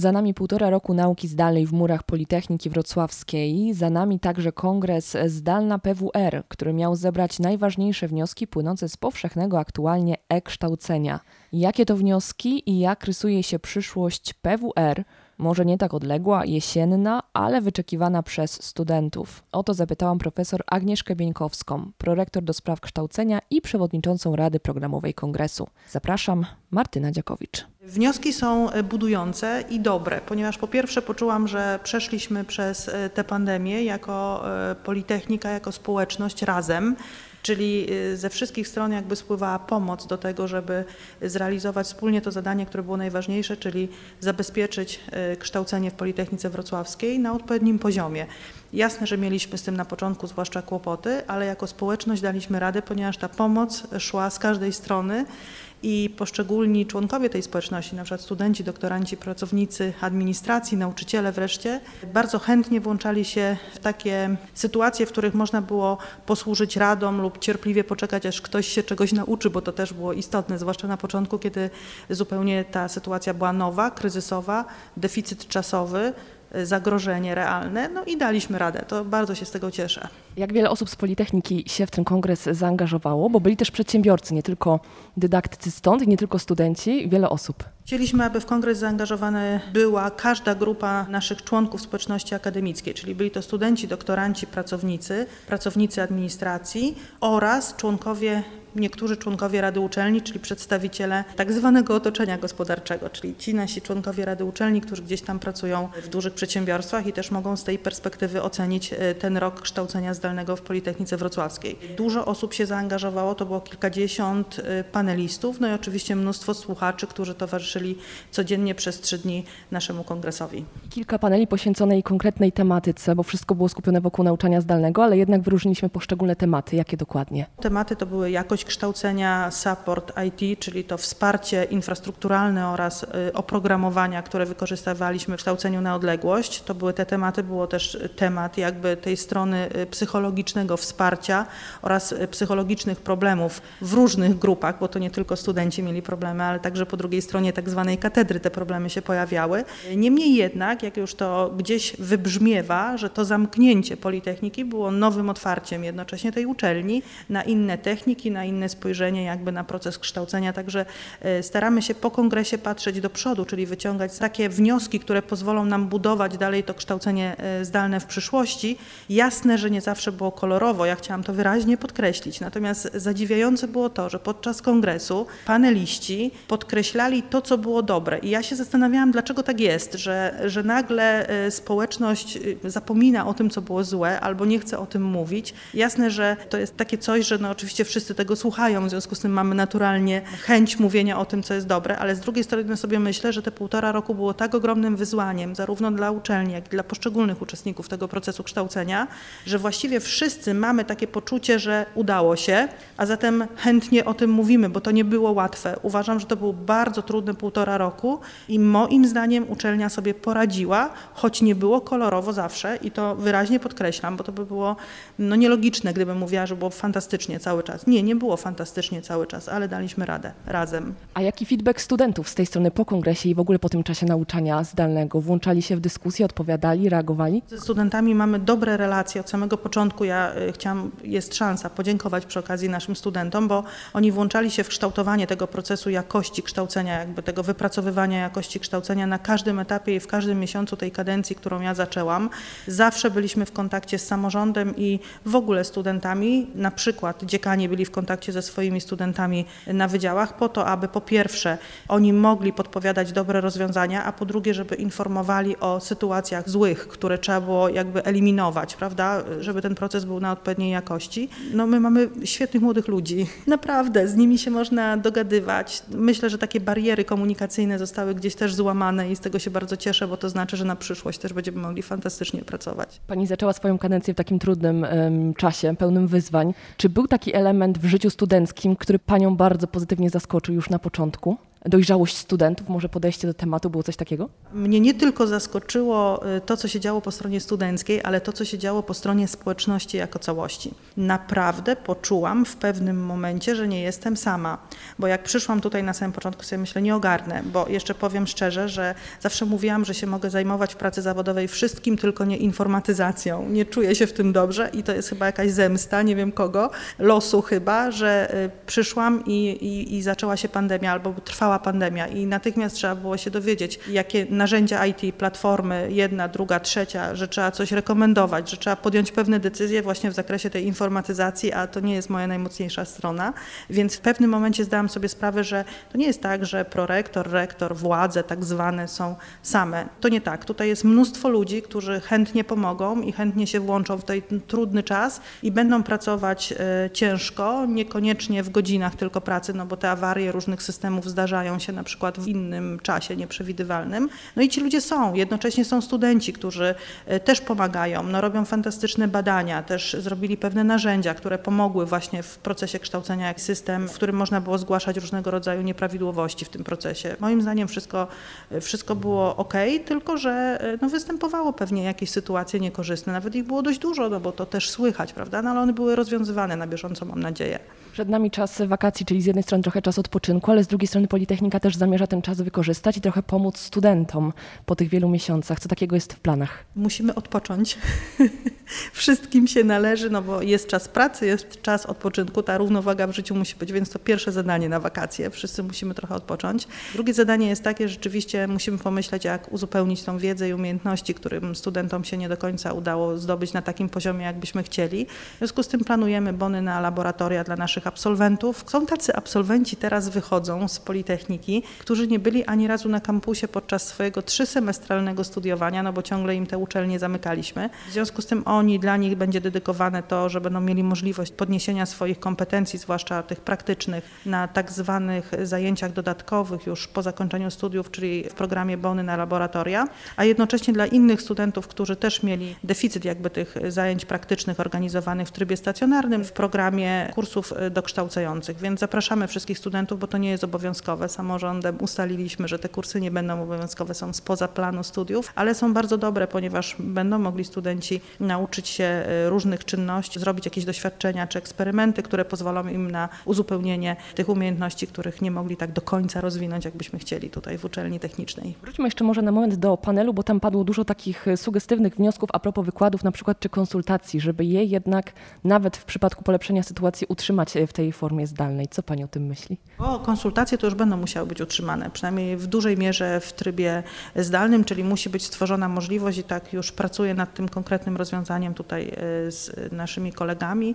Za nami 1,5 roku nauki zdalnej w murach Politechniki Wrocławskiej, za nami także kongres Zdalna PWR, który miał zebrać najważniejsze wnioski płynące z powszechnego aktualnie e-kształcenia. Jakie to wnioski i jak rysuje się przyszłość PWR? Może nie tak odległa, jesienna, ale wyczekiwana przez studentów. O to zapytałam profesor Agnieszkę Bieńkowską, prorektor do spraw kształcenia i przewodniczącą Rady Programowej Kongresu. Zapraszam, Martyna Dziakowicz. Wnioski są budujące i dobre, ponieważ po pierwsze poczułam, że przeszliśmy przez tę pandemię jako Politechnika, jako społeczność razem, czyli ze wszystkich stron jakby spływała pomoc do tego, żeby zrealizować wspólnie to zadanie, które było najważniejsze, czyli zabezpieczyć kształcenie w Politechnice Wrocławskiej na odpowiednim poziomie. Jasne, że mieliśmy z tym na początku zwłaszcza kłopoty, ale jako społeczność daliśmy radę, ponieważ ta pomoc szła z każdej strony i poszczególni członkowie tej społeczności, na przykład studenci, doktoranci, pracownicy administracji, nauczyciele wreszcie, bardzo chętnie włączali się w takie sytuacje, w których można było posłużyć radą lub cierpliwie poczekać, aż ktoś się czegoś nauczy, bo to też było istotne, zwłaszcza na początku, kiedy zupełnie ta sytuacja była nowa, kryzysowa, deficyt czasowy, zagrożenie realne, no i daliśmy radę. To bardzo się z tego cieszę. Jak wiele osób z Politechniki się w ten kongres zaangażowało, bo byli też przedsiębiorcy, nie tylko dydaktycy stąd, nie tylko studenci, wiele osób. Chcieliśmy, aby w kongres zaangażowana była każda grupa naszych członków społeczności akademickiej, czyli byli to studenci, doktoranci, pracownicy administracji oraz niektórzy członkowie Rady Uczelni, czyli przedstawiciele tak zwanego otoczenia gospodarczego, czyli ci nasi członkowie Rady Uczelni, którzy gdzieś tam pracują w dużych przedsiębiorstwach i też mogą z tej perspektywy ocenić ten rok kształcenia zdalnego w Politechnice Wrocławskiej. Dużo osób się zaangażowało, to było kilkadziesiąt panelistów, no i oczywiście mnóstwo słuchaczy, którzy towarzyszyli codziennie przez 3 dni naszemu kongresowi. Kilka paneli poświęconej konkretnej tematyce, bo wszystko było skupione wokół nauczania zdalnego, ale jednak wyróżniliśmy poszczególne tematy. Jakie dokładnie? Tematy to były jakość kształcenia, support IT, czyli to wsparcie infrastrukturalne oraz oprogramowania, które wykorzystywaliśmy w kształceniu na odległość. To były te tematy, było też temat jakby tej strony psychologicznego wsparcia oraz psychologicznych problemów w różnych grupach, bo to nie tylko studenci mieli problemy, ale także po drugiej stronie tak zwanej katedry te problemy się pojawiały. Niemniej jednak, jak już to gdzieś wybrzmiewa, że to zamknięcie Politechniki było nowym otwarciem jednocześnie tej uczelni na inne techniki, na inne spojrzenie jakby na proces kształcenia, także staramy się po kongresie patrzeć do przodu, czyli wyciągać takie wnioski, które pozwolą nam budować dalej to kształcenie zdalne w przyszłości. Jasne, że nie zawsze było kolorowo, ja chciałam to wyraźnie podkreślić, natomiast zadziwiające było to, że podczas kongresu paneliści podkreślali to, co było dobre i ja się zastanawiałam, dlaczego tak jest, że nagle społeczność zapomina o tym, co było złe albo nie chce o tym mówić. Jasne, że to jest takie coś, że no oczywiście wszyscy tego słuchają, w związku z tym mamy naturalnie chęć mówienia o tym, co jest dobre, ale z drugiej strony sobie myślę, że te 1,5 roku było tak ogromnym wyzwaniem, zarówno dla uczelni, jak i dla poszczególnych uczestników tego procesu kształcenia, że właściwie wszyscy mamy takie poczucie, że udało się, a zatem chętnie o tym mówimy, bo to nie było łatwe. Uważam, że to był bardzo trudny 1,5 roku i moim zdaniem uczelnia sobie poradziła, choć nie było kolorowo zawsze i to wyraźnie podkreślam, bo to by było nielogiczne, gdybym mówiła, że było fantastycznie cały czas. Nie było fantastycznie cały czas, ale daliśmy radę razem. A jaki feedback studentów z tej strony po kongresie i w ogóle po tym czasie nauczania zdalnego? Włączali się w dyskusję, odpowiadali, reagowali? Ze studentami mamy dobre relacje od samego początku. Jest szansa podziękować przy okazji naszym studentom, bo oni włączali się w kształtowanie tego procesu jakości kształcenia, jakby tego wypracowywania jakości kształcenia na każdym etapie i w każdym miesiącu tej kadencji, którą ja zaczęłam. Zawsze byliśmy w kontakcie z samorządem i w ogóle studentami, na przykład dziekani byli w kontakcie ze swoimi studentami na wydziałach po to, aby po pierwsze oni mogli podpowiadać dobre rozwiązania, a po drugie, żeby informowali o sytuacjach złych, które trzeba było jakby eliminować, prawda, żeby ten proces był na odpowiedniej jakości. No my mamy świetnych młodych ludzi, naprawdę, z nimi się można dogadywać. Myślę, że takie bariery komunikacyjne zostały gdzieś też złamane i z tego się bardzo cieszę, bo to znaczy, że na przyszłość też będziemy mogli fantastycznie pracować. Pani zaczęła swoją kadencję w takim trudnym czasie, pełnym wyzwań. Czy był taki element w życiu studenckim, który Panią bardzo pozytywnie zaskoczył już na początku? dojrzałość studentów, może podejście do tematu, było coś takiego? Mnie nie tylko zaskoczyło to, co się działo po stronie studenckiej, ale to, co się działo po stronie społeczności jako całości. Naprawdę poczułam w pewnym momencie, że nie jestem sama, bo jak przyszłam tutaj na samym początku, sobie myślę, nie ogarnę, bo jeszcze powiem szczerze, że zawsze mówiłam, że się mogę zajmować w pracy zawodowej wszystkim, tylko nie informatyzacją. Nie czuję się w tym dobrze i to jest chyba jakaś zemsta, nie wiem kogo, losu chyba, że przyszłam i zaczęła się pandemia albo trwała pandemia i natychmiast trzeba było się dowiedzieć, jakie narzędzia IT, platformy, jedna, druga, trzecia, że trzeba coś rekomendować, że trzeba podjąć pewne decyzje właśnie w zakresie tej informatyzacji, a to nie jest moja najmocniejsza strona, więc w pewnym momencie zdałam sobie sprawę, że to nie jest tak, że prorektor, rektor, władze tak zwane są same. To nie tak. Tutaj jest mnóstwo ludzi, którzy chętnie pomogą i chętnie się włączą w ten trudny czas i będą pracować ciężko, niekoniecznie w godzinach tylko pracy, no bo te awarie różnych systemów zdarzają się na przykład w innym czasie nieprzewidywalnym. No i ci ludzie są. Jednocześnie są studenci, którzy też pomagają, no robią fantastyczne badania, też zrobili pewne narzędzia, które pomogły właśnie w procesie kształcenia, jak system, w którym można było zgłaszać różnego rodzaju nieprawidłowości w tym procesie. Moim zdaniem wszystko było ok, tylko że no, występowało pewnie jakieś sytuacje niekorzystne. Nawet ich było dość dużo, no bo to też słychać, prawda? No, ale one były rozwiązywane na bieżąco, mam nadzieję. Przed nami czas wakacji, czyli z jednej strony trochę czas odpoczynku, ale z drugiej strony Politechnika też zamierza ten czas wykorzystać i trochę pomóc studentom po tych wielu miesiącach. Co takiego jest w planach? Musimy odpocząć. Wszystkim się należy, no bo jest czas pracy, jest czas odpoczynku, ta równowaga w życiu musi być, więc to pierwsze zadanie na wakacje. Wszyscy musimy trochę odpocząć. Drugie zadanie jest takie, że rzeczywiście musimy pomyśleć, jak uzupełnić tą wiedzę i umiejętności, którym studentom się nie do końca udało zdobyć na takim poziomie, jakbyśmy chcieli. W związku z tym planujemy bony na laboratoria dla naszych absolwentów. Są tacy absolwenci, teraz wychodzą z Politechniki, którzy nie byli ani razu na kampusie podczas swojego 3-semestralnego studiowania, no bo ciągle im te uczelnie zamykaliśmy. W związku z tym dla nich będzie dedykowane to, że będą mieli możliwość podniesienia swoich kompetencji, zwłaszcza tych praktycznych, na tak zwanych zajęciach dodatkowych już po zakończeniu studiów, czyli w programie bony na laboratoria, a jednocześnie dla innych studentów, którzy też mieli deficyt jakby tych zajęć praktycznych organizowanych w trybie stacjonarnym, w programie kursów dokształcających. Więc zapraszamy wszystkich studentów, bo to nie jest obowiązkowe. Samorządem ustaliliśmy, że te kursy nie będą obowiązkowe, są spoza planu studiów, ale są bardzo dobre, ponieważ będą mogli studenci nauczyć się różnych czynności, zrobić jakieś doświadczenia czy eksperymenty, które pozwolą im na uzupełnienie tych umiejętności, których nie mogli tak do końca rozwinąć, jakbyśmy chcieli tutaj w uczelni technicznej. Wróćmy jeszcze może na moment do panelu, bo tam padło dużo takich sugestywnych wniosków a propos wykładów na przykład czy konsultacji, żeby je jednak nawet w przypadku polepszenia sytuacji utrzymać w tej formie zdalnej. Co Pani o tym myśli? Konsultacje to już będą musiały być utrzymane, przynajmniej w dużej mierze w trybie zdalnym, czyli musi być stworzona możliwość i tak już pracuję nad tym konkretnym rozwiązaniem tutaj z naszymi kolegami,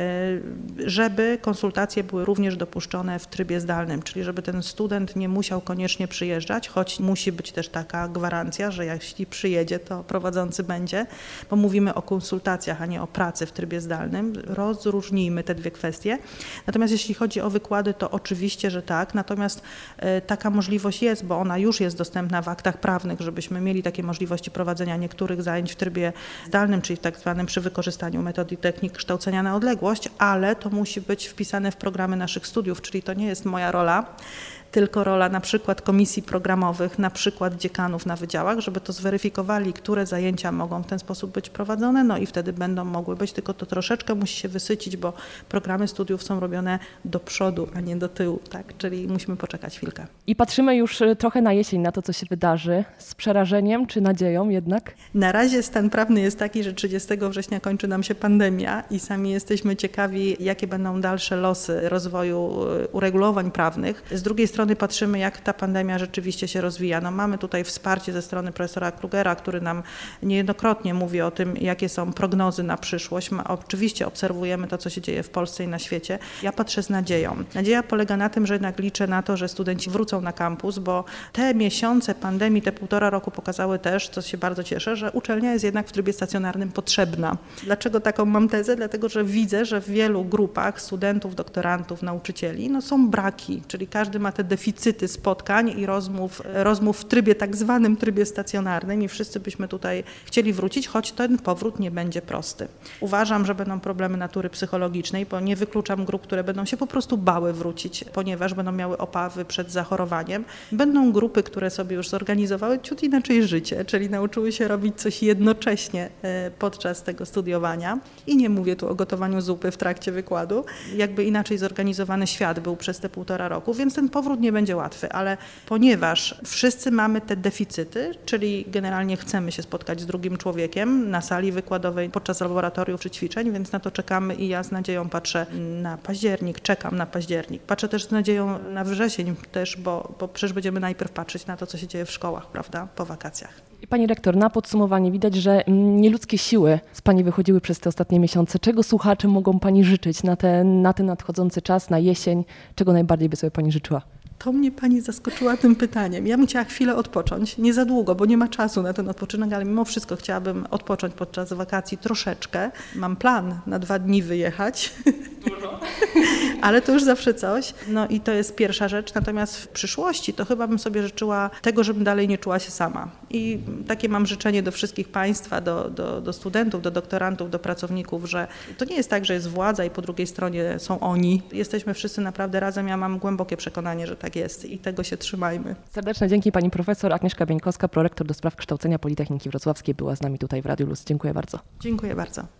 żeby konsultacje były również dopuszczone w trybie zdalnym, czyli żeby ten student nie musiał koniecznie przyjeżdżać, choć musi być też taka gwarancja, że jeśli przyjedzie, to prowadzący będzie, bo mówimy o konsultacjach, a nie o pracy w trybie zdalnym. Rozróżnijmy te dwie kwestie. Natomiast jeśli chodzi o wykłady, to oczywiście, że tak, natomiast taka możliwość jest, bo ona już jest dostępna w aktach prawnych, żebyśmy mieli takie możliwości prowadzenia niektórych zajęć w trybie zdalnym, czyli w tak zwanym przy wykorzystaniu metod i technik kształcenia na odległość, ale to musi być wpisane w programy naszych studiów, czyli to nie jest moja rola, tylko rola na przykład komisji programowych, na przykład dziekanów na wydziałach, żeby to zweryfikowali, które zajęcia mogą w ten sposób być prowadzone, no i wtedy będą mogły być, tylko to troszeczkę musi się wysycić, bo programy studiów są robione do przodu, a nie do tyłu, tak? Czyli musimy poczekać chwilkę. I patrzymy już trochę na jesień, na to, co się wydarzy. Z przerażeniem czy nadzieją jednak? Na razie stan prawny jest taki, że 30 września kończy nam się pandemia i sami jesteśmy ciekawi, jakie będą dalsze losy rozwoju uregulowań prawnych. Z drugiej strony patrzymy, jak ta pandemia rzeczywiście się rozwija. No, mamy tutaj wsparcie ze strony profesora Krugera, który nam niejednokrotnie mówi o tym, jakie są prognozy na przyszłość. Oczywiście obserwujemy to, co się dzieje w Polsce i na świecie. Ja patrzę z nadzieją. Nadzieja polega na tym, że jednak liczę na to, że studenci wrócą na kampus, bo te miesiące pandemii, te 1,5 roku pokazały też, co się bardzo cieszę, że uczelnia jest jednak w trybie stacjonarnym potrzebna. Dlaczego taką mam tezę? Dlatego, że widzę, że w wielu grupach studentów, doktorantów, nauczycieli są braki, czyli każdy ma te deficyty spotkań i rozmów w trybie tak zwanym trybie stacjonarnym i wszyscy byśmy tutaj chcieli wrócić, choć ten powrót nie będzie prosty. Uważam, że będą problemy natury psychologicznej, bo nie wykluczam grup, które będą się po prostu bały wrócić, ponieważ będą miały obawy przed zachorowaniem. Będą grupy, które sobie już zorganizowały ciut inaczej życie, czyli nauczyły się robić coś jednocześnie podczas tego studiowania. I nie mówię tu o gotowaniu zupy w trakcie wykładu. Jakby inaczej zorganizowany świat był przez te 1,5 roku, więc ten powrót nie będzie łatwy, ale ponieważ wszyscy mamy te deficyty, czyli generalnie chcemy się spotkać z drugim człowiekiem na sali wykładowej podczas laboratoriów czy ćwiczeń, więc na to czekamy i ja z nadzieją patrzę na październik, czekam na październik. Patrzę też z nadzieją na wrzesień też, bo przecież będziemy najpierw patrzeć na to, co się dzieje w szkołach, prawda, po wakacjach. Pani rektor, na podsumowanie widać, że nieludzkie siły z Pani wychodziły przez te ostatnie miesiące. Czego słuchacze mogą Pani życzyć na ten nadchodzący czas, na jesień? Czego najbardziej by sobie Pani życzyła? To mnie Pani zaskoczyła tym pytaniem. Ja bym chciała chwilę odpocząć, nie za długo, bo nie ma czasu na ten odpoczynek, ale mimo wszystko chciałabym odpocząć podczas wakacji troszeczkę. Mam plan na 2 dni wyjechać. Dużo. Ale to już zawsze coś. No i to jest pierwsza rzecz. Natomiast w przyszłości to chyba bym sobie życzyła tego, żebym dalej nie czuła się sama. I takie mam życzenie do wszystkich Państwa, do studentów, do doktorantów, do pracowników, że to nie jest tak, że jest władza i po drugiej stronie są oni. Jesteśmy wszyscy naprawdę razem. Ja mam głębokie przekonanie, że tak jest i tego się trzymajmy. Serdeczne dzięki Pani profesor. Agnieszka Bieńkowska, prorektor do spraw kształcenia Politechniki Wrocławskiej była z nami tutaj w Radiu Luz. Dziękuję bardzo. Dziękuję bardzo.